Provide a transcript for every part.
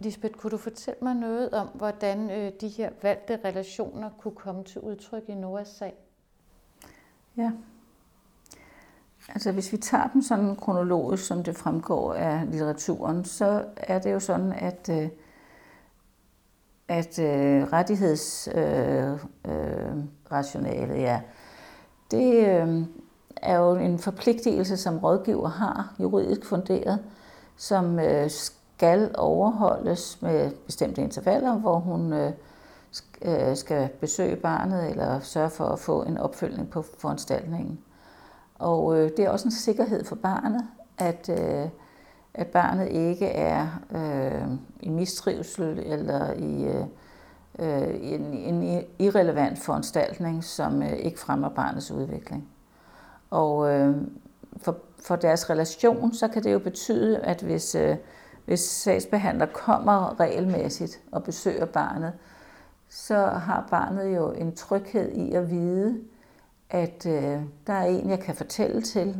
Lisbeth, kunne du fortælle mig noget om, hvordan de her valgte relationer kunne komme til udtryk i Noahs sag? Ja. Altså hvis vi tager dem sådan kronologisk, som det fremgår af litteraturen, så er det jo sådan, at rettighedsrationalet, det er jo en forpligtelse, som rådgiver har, juridisk funderet, som skal overholdes med bestemte intervaller, hvor hun skal besøge barnet eller sørge for at få en opfølgning på foranstaltningen. Og det er også en sikkerhed for barnet, at barnet ikke er i mistrivsel eller i en irrelevant foranstaltning, som ikke fremmer barnets udvikling. Og for deres relation, så kan det jo betyde, at hvis sagsbehandler kommer regelmæssigt og besøger barnet, så har barnet jo en tryghed i at vide, at der er en, jeg kan fortælle til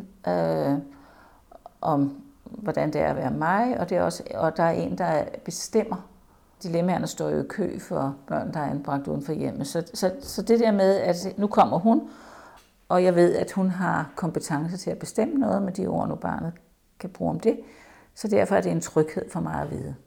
om, hvordan det er at være mig, og der er en, der bestemmer. Dilemmaerne står jo i kø for børn, der er anbragt uden for hjemmet. Så det der med, at nu kommer hun, og jeg ved, at hun har kompetence til at bestemme noget med de ord, nu barnet kan bruge om det. Så derfor er det en tryghed for mig at vide.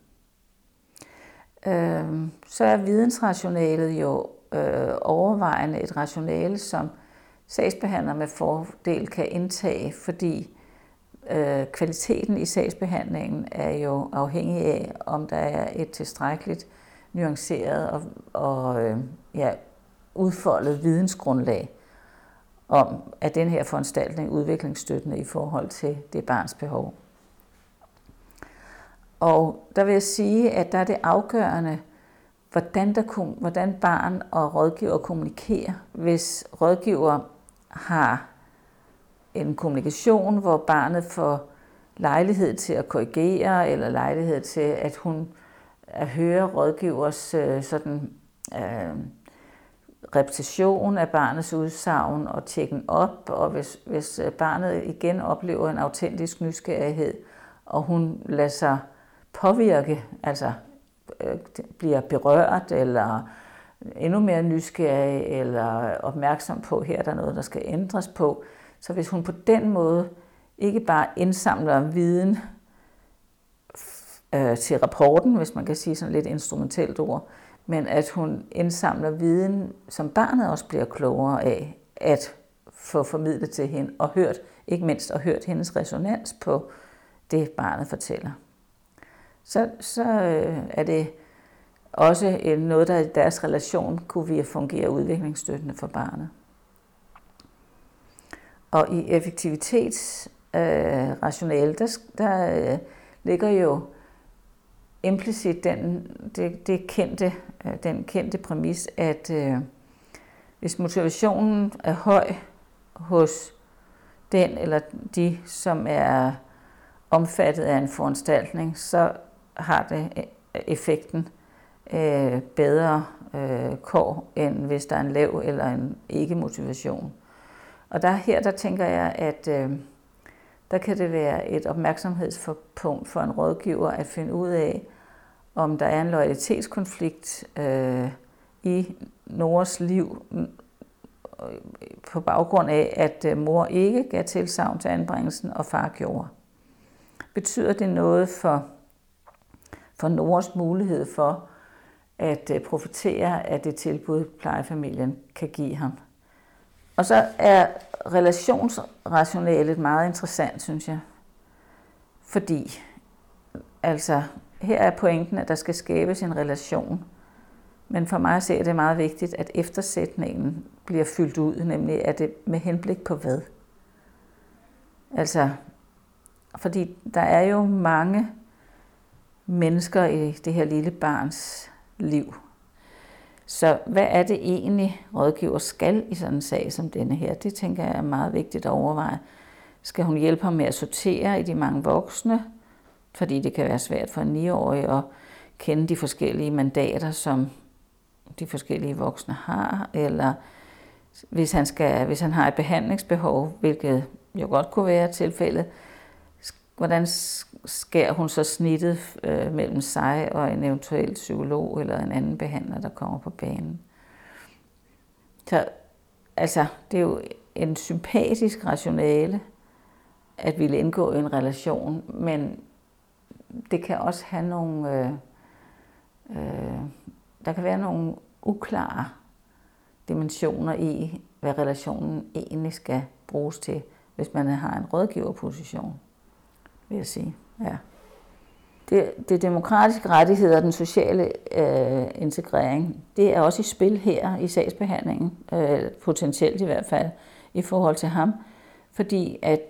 Så er vidensrationalet jo overvejende et rationale, som sagsbehandler med fordel kan indtage, fordi kvaliteten i sagsbehandlingen er jo afhængig af, om der er et tilstrækkeligt nuanceret og udfoldet vidensgrundlag om, at den her foranstaltning er udviklingsstøttende i forhold til det barns behov. Og der vil jeg sige, at der er det afgørende, hvordan barn og rådgiver kommunikerer. Hvis rådgiver har en kommunikation, hvor barnet får lejlighed til at korrigere, eller lejlighed til, at hun hører rådgivers repetition af barnets udsagn og tjekken op, og hvis barnet igen oplever en autentisk nysgerrighed, og hun lader sig påvirke, altså bliver berørt, eller endnu mere nysgerrig, eller opmærksom på, her er der noget, der skal ændres på. Så hvis hun på den måde ikke bare indsamler viden til rapporten, hvis man kan sige sådan lidt instrumentelt ord, men at hun indsamler viden, som barnet også bliver klogere af, at få formidlet til hende, og hørt, ikke mindst, og hørt hendes resonans på det, barnet fortæller. Så er det også noget, der i deres relation kunne fungere udviklingsstøttende for barnet. Og i effektivitetsrationale, der ligger jo implicit den kendte præmis, at hvis motivationen er høj hos den eller de, som er omfattet af en foranstaltning, så har det effekten bedre kår, end hvis der er en lav eller en ikke-motivation. Og der tænker jeg, at der kan det være et opmærksomhedspunkt for en rådgiver at finde ud af, om der er en loyalitetskonflikt i Noras liv på baggrund af, at mor ikke gav tilsagn til anbringelsen, og far gjorde. Betyder det noget for Noras mulighed for at profitere af det tilbud, plejefamilien kan give ham? Og så er relationsrationalet meget interessant, synes jeg. Fordi, altså, her er pointen, at der skal skabes en relation. Men for mig er det meget vigtigt, at eftersætningen bliver fyldt ud, nemlig at det med henblik på hvad? Altså, fordi der er jo mange mennesker i det her lille barns liv. Så hvad er det egentlig, rådgiver skal i sådan en sag som denne her? Det tænker jeg er meget vigtigt at overveje. Skal hun hjælpe ham med at sortere i de mange voksne? Fordi det kan være svært for en 9-årig at kende de forskellige mandater, som de forskellige voksne har. Eller hvis han har et behandlingsbehov, hvilket jo godt kunne være tilfældet, hvordan skærer hun så snittet mellem sig og en eventuel psykolog eller en anden behandler, der kommer på banen. Så altså, det er jo en sympatisk rationale, at ville indgå i en relation, men det kan også have nogle, der kan være nogle uklare dimensioner i, hvad relationen egentlig skal bruges til, hvis man har en rådgiverposition, vil jeg sige. Ja. Det demokratiske rettigheder og den sociale integrering, det er også i spil her i sagsbehandlingen, potentielt i hvert fald, i forhold til ham. Fordi at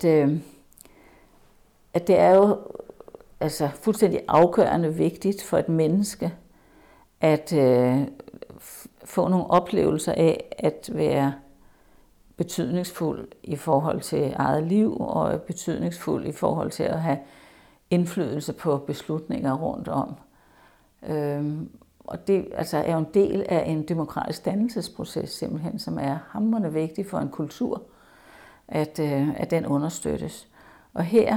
det er jo altså fuldstændig afgørende vigtigt for et menneske at få nogle oplevelser af at være betydningsfuld i forhold til eget liv og betydningsfuld i forhold til at have indflydelse på beslutninger rundt om. Og det altså, er jo en del af en demokratisk dannelsesproces simpelthen, som er hamrende vigtig for en kultur, at den understøttes. Og her,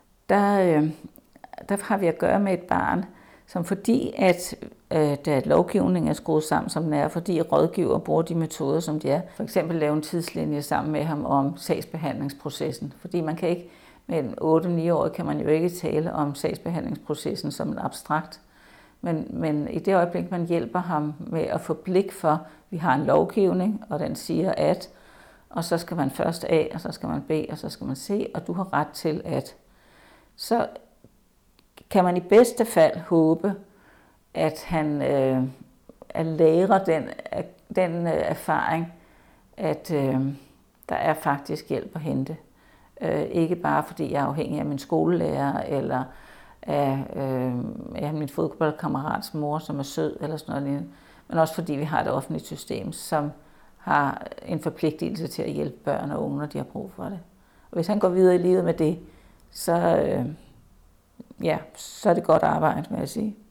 der har vi at gøre med et barn, som fordi at da lovgivningen er skruet sammen, som den er, fordi rådgiver bruger de metoder, som de er, for eksempel lave en tidslinje sammen med ham om sagsbehandlingsprocessen. Fordi man kan ikke, med en 8-9-årig kan man jo ikke tale om sagsbehandlingsprocessen som en abstrakt. Men i det øjeblik, man hjælper ham med at få blik for, at vi har en lovgivning, og den siger at, og så skal man først A, og så skal man B, og så skal man C, og du har ret til at. Så kan man i bedste fald håbe, at han lærer den erfaring, at der er faktisk hjælp at hente. Ikke bare fordi jeg er afhængig af min skolelærer, eller af min fodboldkammerats mor, som er sød, eller sådan noget, men også fordi vi har et offentligt system, som har en forpligtelse til at hjælpe børn og unge, når de har brug for det. Og hvis han går videre i livet med det, så er det godt arbejde, vil jeg sige.